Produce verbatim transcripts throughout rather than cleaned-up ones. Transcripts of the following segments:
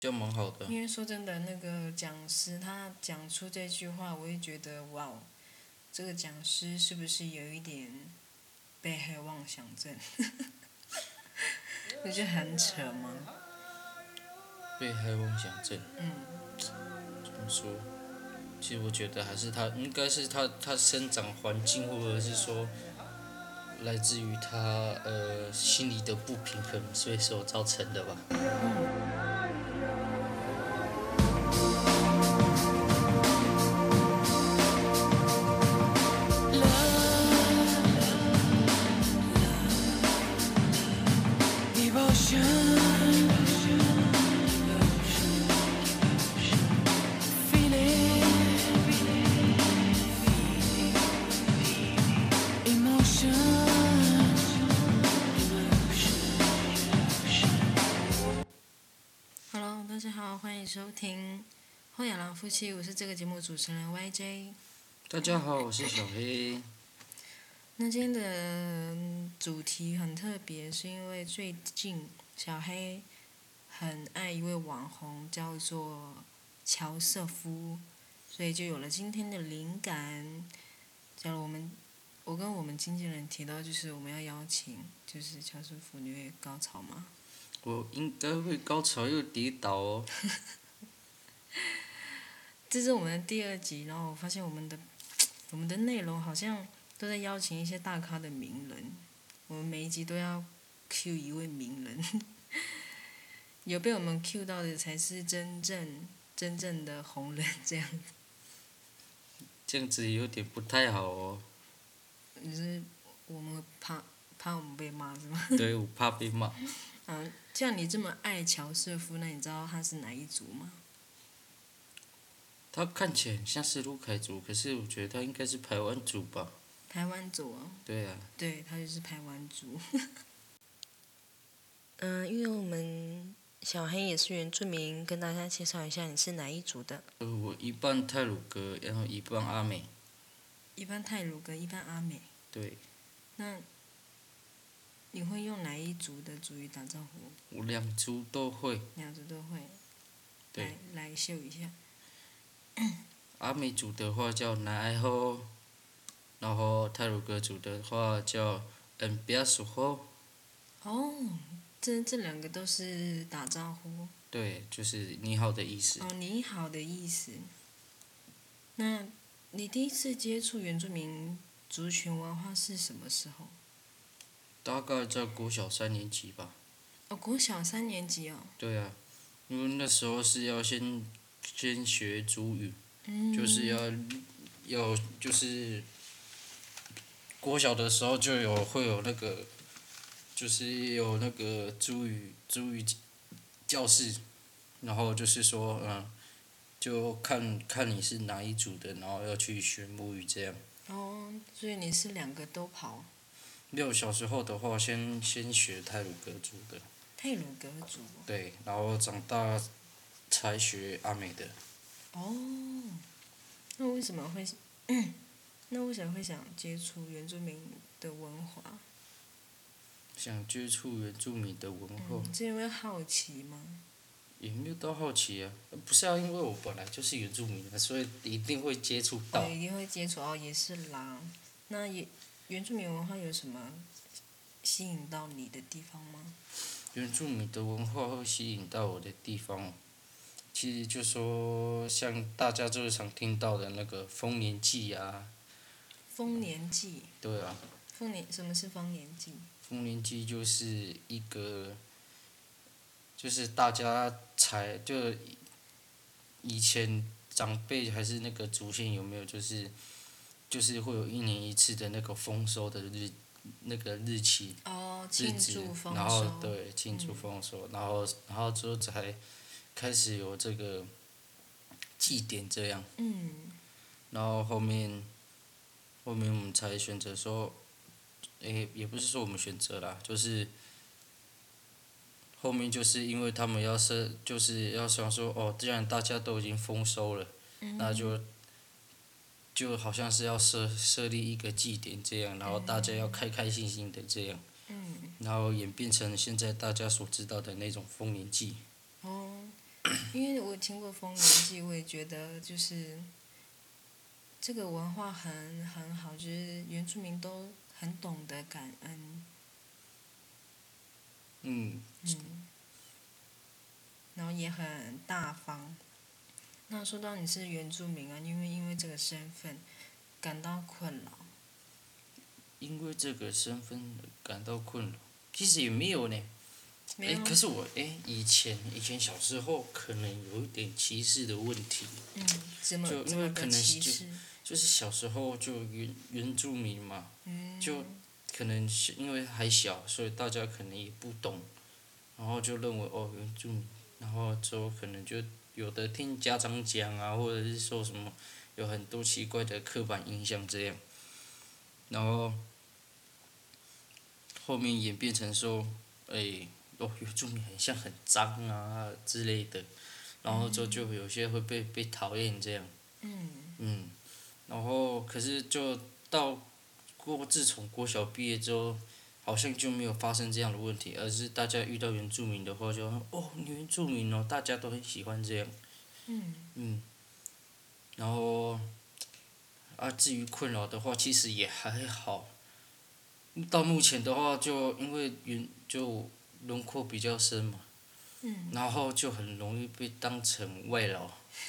这样蛮好的。 因为说真的，那个讲师他讲出这句话，我也觉得哇哦，这个讲师是不是有一点被害妄想症？不就很扯吗？ 被害妄想症， 嗯， 怎么说？其实我觉得还是他，应该是他他生长环境，或者是说来自于他呃心理的不平衡，所以所造成的吧。 Hello，大家好，欢迎收听《后亚郎夫妻》，我是这个节目主持人 Y J。 大家好，我是小黑。 那今天的主题很特别，是因为最近小黑很爱一位网红，叫做乔瑟夫，所以就有了今天的灵感。假如我们，我跟我们经纪人提到，就是我们要邀请，就是乔瑟夫，你会高潮吗？ 我应该会高潮又跌倒哦。 这是我们的第二集，然后我发现我们的我们的内容好像都在邀请一些大咖的名人，我们每一集都要 cue 一位名人，有被我们 cue 到的才是真正真正的红人这样子。 这样子有点不太好哦。 你是我们怕怕我们被骂是吗？ 对，我怕被骂。 嗯，像你这么爱乔瑟夫，那你知道他是哪一族吗？ 他看起来很像是陆凯族，可是我觉得他应该是排湾族吧。 台湾族哦。 对啊。 对，他就是台湾族。嗯，因为我们小黑也是原住民，跟大家介绍一下你是哪一族的。 呃，我一半太鲁阁，然后一半阿美。 一般泰鲁跟一般阿美。 对。 那你会用哪一族的族语打招呼？ 我两族都会。 两族都会。 对。 来来秀一下。 阿美族的话叫南爱后，然后太鲁阁族的话叫恩比亚苏后。 哦，这这两个都是打招呼。 对，就是你好的意思。 哦，你好的意思。那你第一次接触原住民族群文化是什么时候？ 大概在国小三年级吧。 哦，国小三年级哦。 对啊，因为那时候是要先先学族语， 嗯。 就是要要就是国小的时候就有会有那个，就是有那个族语族语教室，然后就是说嗯，就看看你是哪一组的，然后要去学母语这样。 哦，所以你是两个都跑。 没有，小时候的话先先学太鲁阁族的。 太鲁阁族。 对，然后长大才学阿美的。 哦，那为什么会，那为什么会想接触原住民的文化？ 想接触原住民的文化。 嗯，是因为好奇吗？ 也没有到好奇啊，不是啊，因为我本来就是原住民的，所以一定会接触到。 哦，一定会接触哦，也是啦。那也原住民文化有什么吸引到你的地方吗？ 原住民的文化会吸引到我的地方，其实就说像大家最常听到的那个丰年祭啊。 丰年祭。 对啊。 丰年什么是丰年祭？ 丰年祭就是一个，就是大家才就以前长辈还是那个祖先有没有就是就是会有一年一次的那个丰收的日那个日期。 哦， 日子庆祝丰收。 然后对庆祝丰收，然后然后之后才开始有这个祭典这样。 嗯。 然后后面后面我们才选择说，诶，也不是说我们选择啦，就是后面就是因为他们要设，就是要想说，哦，既然大家都已经丰收了， 嗯。 那就就好像是要设设立一个祭典这样，然后大家要开开心心的这样。 嗯。 然后演变成现在大家所知道的那种丰年祭。 哦， 因为我听过《丰年祭》，我也觉得就是这个文化很很好，就是原住民都很懂得感恩， 嗯， 嗯，然后也很大方。那说到你是原住民啊，因为因为这个身份感到困扰， 因为这个身份感到困扰，其实也没有呢。哎， 没有， 可是我哎，以前以前小时候可能有一点歧视的问题， 嗯，怎么就怎么个因为可能就歧视？ 就是小时候就原原住民嘛， 嗯， 就可能是因为还小，所以大家可能也不懂，然后就认为哦原住民，然后之后可能就有的听家长讲啊，或者是说什么，有很多奇怪的刻板印象这样，然后后面演变成说，哎，哦原住民很像很脏啊之类的，然后之后就有些会被被讨厌这样， 嗯， 嗯，然后可是就到过自从国小毕业之后，好像就没有发生这样的问题，而是大家遇到原住民的话就哦你原住民哦，大家都很喜欢这样， 嗯， 嗯，然后啊至于困扰的话，其实也还好，到目前的话就因为原就轮廓比较深嘛， 嗯， 然后就很容易被当成外劳，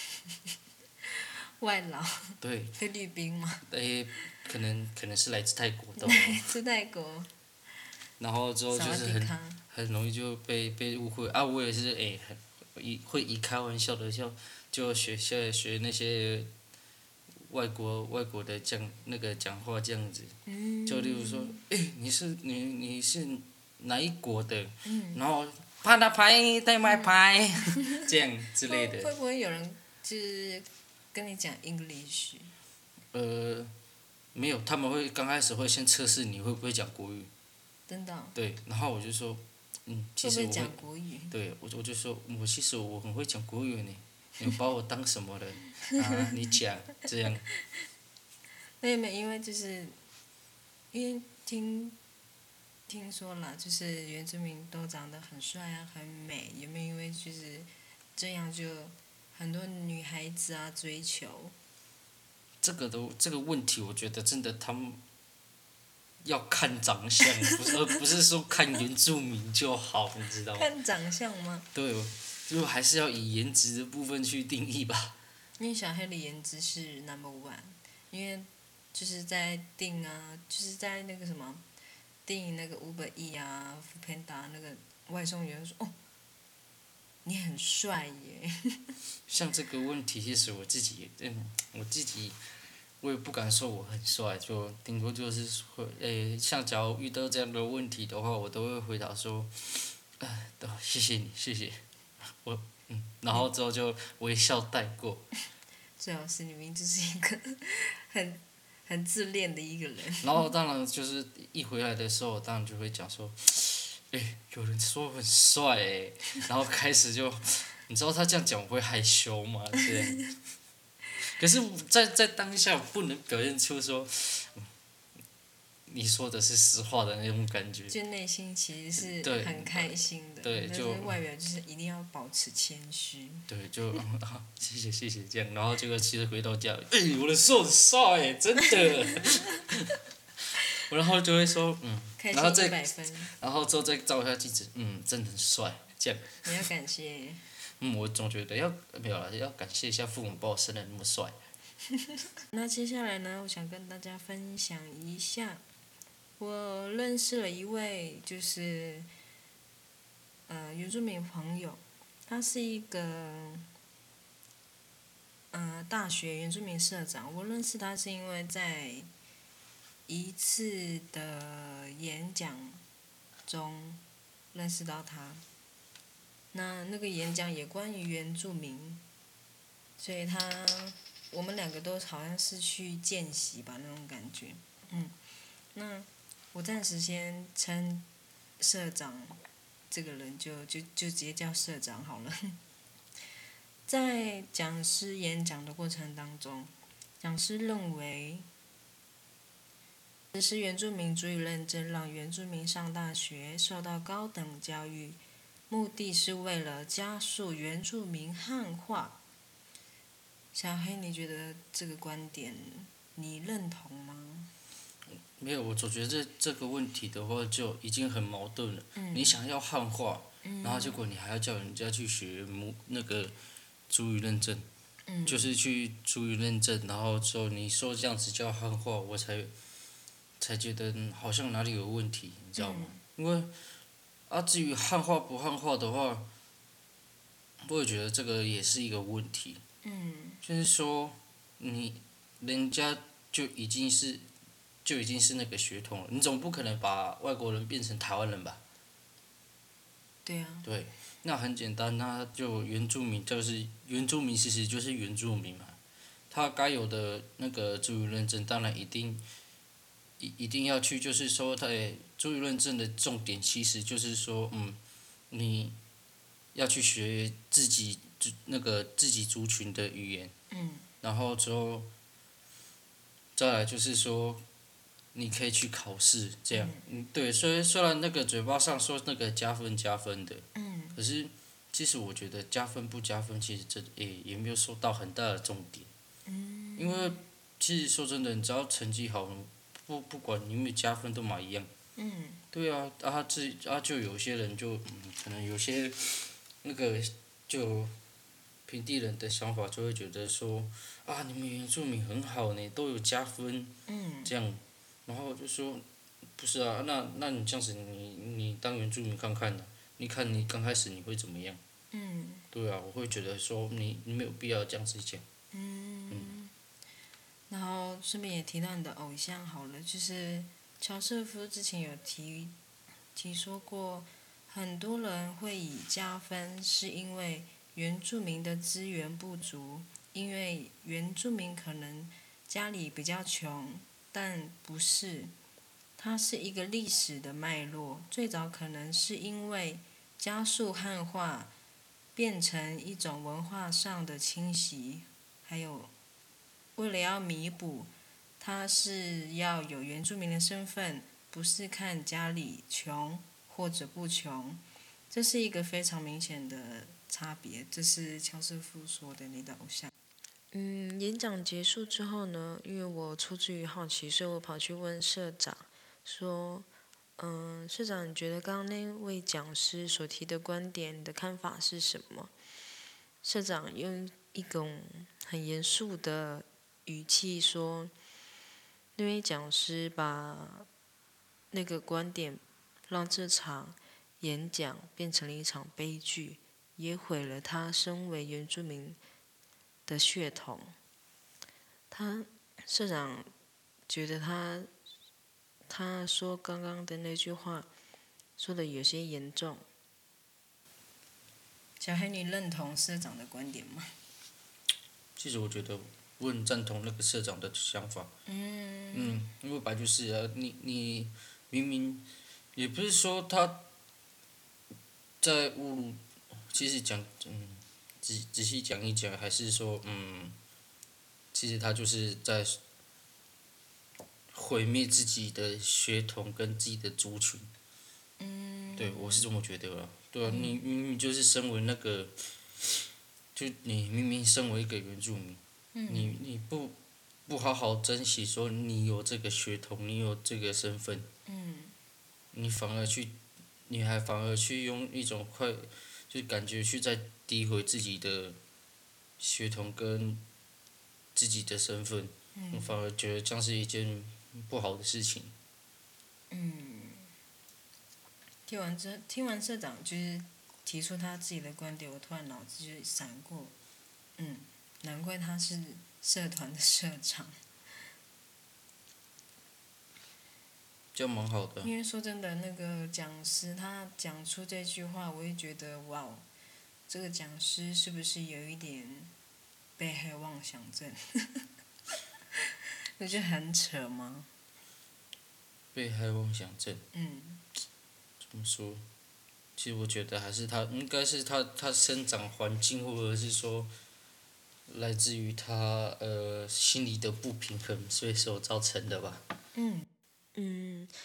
外劳， 对， 菲律宾嘛， 诶，可能可能是来自泰国的哦， 是泰国， 然后之后萨就是很瓦迪卡， 很容易就被被误会啊，我也是诶，很以会以开玩笑的笑，就学学学那些外国外国的讲那个讲话这样子， 嗯， 就例如说，诶，你是你你是哪一国的？ 嗯， 然后帕拉牌带麦牌，这样之类的， 会会不会有人就是跟你讲 English？ 呃，没有，他们会刚开始会先测试你会不会讲国语， 真的哦、 对，然后我就说，嗯，其会不会实我会， 讲国语？ 对我我就说，我其实我很会讲国语呢，你们把我当什么人啊？你讲这样， 没有没有，因为就是因为听听说了，就是原住民都长得很帅啊，很美，有没有因为就是这样就很多女孩子啊追求？ 这个都这个问题，我觉得真的他们要看长相，不是而不是说看原住民就好，你知道吗？ 看长相吗？ 对，就还是要以颜值的部分去定义吧。 因为小黑的颜值是 number one，因为就是在订啊，就是在那个什么订那个 Uber E 啊 f o o Panda 那个外送员说哦，你很帅耶， 像这个问题，其实我自己也，嗯，我自己我也不敢说我很帅，就顶多就是说，诶，像假如遇到这样的问题的话，我都会回答说，哎，都谢谢你，谢谢，我，嗯，然后之后就微笑带过。 最好是你明明就是一个很很自恋的一个人。 然后当然就是一回来的时候，我当然就会讲说，诶，有人说我很帅诶，然后开始就，你知道他这样讲我会害羞吗？这样。可是在，在当下不能表现出说，嗯你说的是实话的那种感觉。 就内心其实是对很开心的，但是对就外表就是一定要保持谦虚。 对，就啊，谢谢谢谢这样，然后结果其实回到家，哎，我的说很帅诶，真的。我然后就会说，嗯， 开然后再心一百分， 然后之后再照一下镜子，嗯，真的很帅，这样。 你要感谢。 嗯，我总觉得要没有了，要感谢一下父母把我生得那么帅。 那接下来呢，我想跟大家分享一下，我认识了一位就是呃原住民朋友，他是一个呃大学原住民社长。我认识他是因为在一次的演讲中认识到他。那那个演讲也关于原住民，所以他我们两个都好像是去见习吧那种感觉，嗯，那我暂时先称社长这个人就就就直接叫社长好了。在讲师演讲的过程当中，讲师认为，实施原住民族语认证，让原住民上大学受到高等教育， 目的是为了加速原住民汉化。小黑，你觉得这个观点你认同吗？ 没有，我总觉得这这个问题的话就已经很矛盾了。 嗯你想要汉化， 嗯然后结果你还要叫人家去学母那个族语认证， 嗯就是去族语认证，然后之后你说这样子叫汉化，我才才觉得、嗯好像哪里有问题，你知道吗？因为啊，至于汉化不汉化的话，我也觉得这个也是一个问题。 嗯就是说，你人家就已经是就已经是那个血统了，你总不可能把外国人变成台湾人吧？ 对啊， 对，那很简单，那就原住民就是原住民，其实就是原住民嘛。他该有的那个族语认证，当然一定一一定要去，就是说，他族语认证的重点其实就是说，嗯，你要去学自己那个自己族群的语言， 嗯然后之后再来就是说，你可以去考试，这样，嗯，对，虽然虽然那个嘴巴上说那个加分加分的， 嗯可是其实我觉得加分不加分，其实这也也没有说到很大的重点， 嗯因为其实说真的，你只要成绩好，不不管你有没有加分都嘛一样。 嗯对啊，啊他自啊就有些人就嗯，可能有些那个就平地人的想法就会觉得说啊你们原住民很好呢，都有加分嗯这样，然后我就说不是啊，那那你这样子你你当原住民看看呢、你看你刚开始你会怎么样？ 嗯对啊，我会觉得说你你没有必要这样子讲。 嗯。然后顺便也提到你的偶像好了，就是乔瑟夫之前有提提说过，很多人会以加分是因为原住民的资源不足，因为原住民可能家里比较穷，但不是，它是一个历史的脉络，最早可能是因为加速汉化，变成一种文化上的侵袭，还有为了要弥补，他是要有原住民的身份，不是看家里穷或者不穷，这是一个非常明显的差别。这是乔瑟夫说的，你的偶像。嗯，演讲结束之后呢，因为我出自于好奇，所以我跑去问社长，说：“嗯，社长，你觉得刚刚那位讲师所提的观点，你的看法是什么？”社长用一种很严肃的语气说：“那位讲师把那个观点让这场演讲变成了一场悲剧，也毁了他身为原住民的血统。”他社长觉得他他说刚刚的那句话说的有些严重。小黑，你认同社长的观点吗？ 其实我觉得我很赞同那个社长的想法。 嗯嗯，因为本来就是啊，你你明明也不是说他在侮辱，其实讲嗯仔仔细讲一讲，还是说嗯，其实他就是在毁灭自己的血统跟自己的族群。 嗯， 对，我是这么觉得啦。对啊，你明明就是身为那个，就你明明身为一个原住民，你你不不好好珍惜，说你有这个血统，你有这个身份， 嗯你反而去，你还反而去用一种快，就感觉去在诋毁自己的血统跟自己的身份，我嗯反而觉得这样是一件不好的事情。 嗯。听完这听完社长就是提出他自己的观点，我突然脑子就闪过，嗯，难怪他是社团的社长。 这样蛮好的。 因为说真的，那个讲师他讲出这句话，我也觉得哇哦，这个讲师是不是有一点被害妄想症？不是很扯吗？ 被害妄想症。 嗯。 怎么说？其实我觉得还是他，应该是他他生长环境，或者是说，来自于他呃心理的不平衡，所以所造成的吧。 嗯。嗯，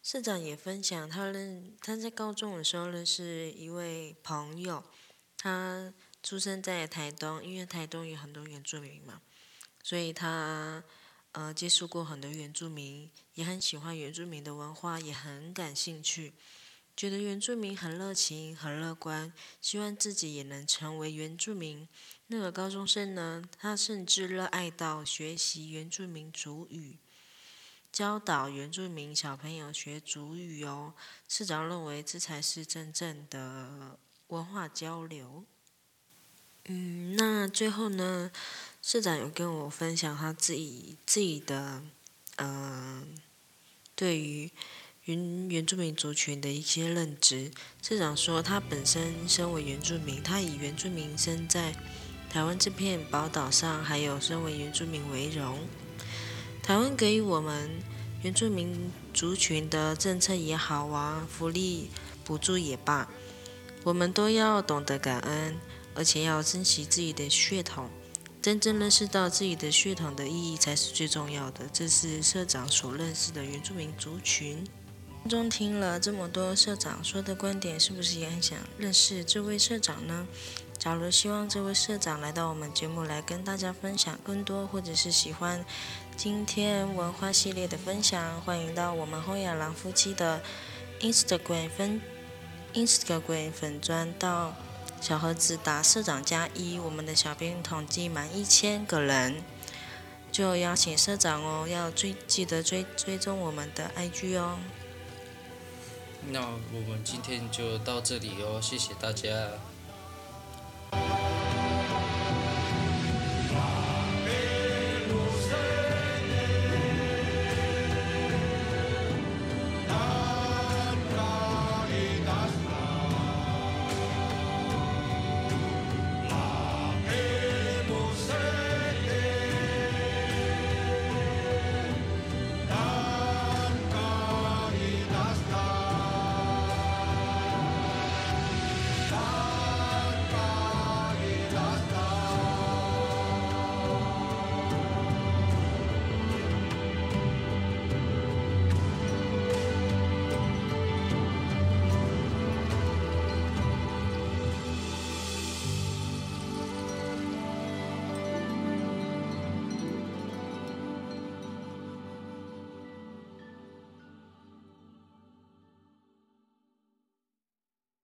社长也分享，他认他在高中的时候认识一位朋友，他出生在台东，因为台东有很多原住民嘛，所以他呃接触过很多原住民，也很喜欢原住民的文化，也很感兴趣，觉得原住民很热情、很乐观，希望自己也能成为原住民。那个高中生呢，他甚至热爱到学习原住民族语。教导原住民小朋友学族语哦，市长认为这才是真正的文化交流。嗯，那最后呢，市长有跟我分享他自己自己的，呃，对于原原住民族群的一些认知。市长说，他本身身为原住民，他以原住民生在台湾这片宝岛上，还有身为原住民为荣。台湾给予我们原住民族群的政策也好啊，福利补助也罢，我们都要懂得感恩，而且要珍惜自己的血统，真正认识到自己的血统的意义才是最重要的。这是社长所认识的原住民族群。中听了这么多社长说的观点，是不是也很想认识这位社长呢？假如希望这位社长来到我们节目来跟大家分享更多，或者是喜欢今天文化系列的分享，欢迎到我们后亚郎夫妻的 Instagram 分 Instagram 粉专到小盒子打社长加一，我们的小编统计满一千个人，就邀请社长哦，要追记得追追踪我们的 I G 哦。 那我们今天就到这里哦，谢谢大家。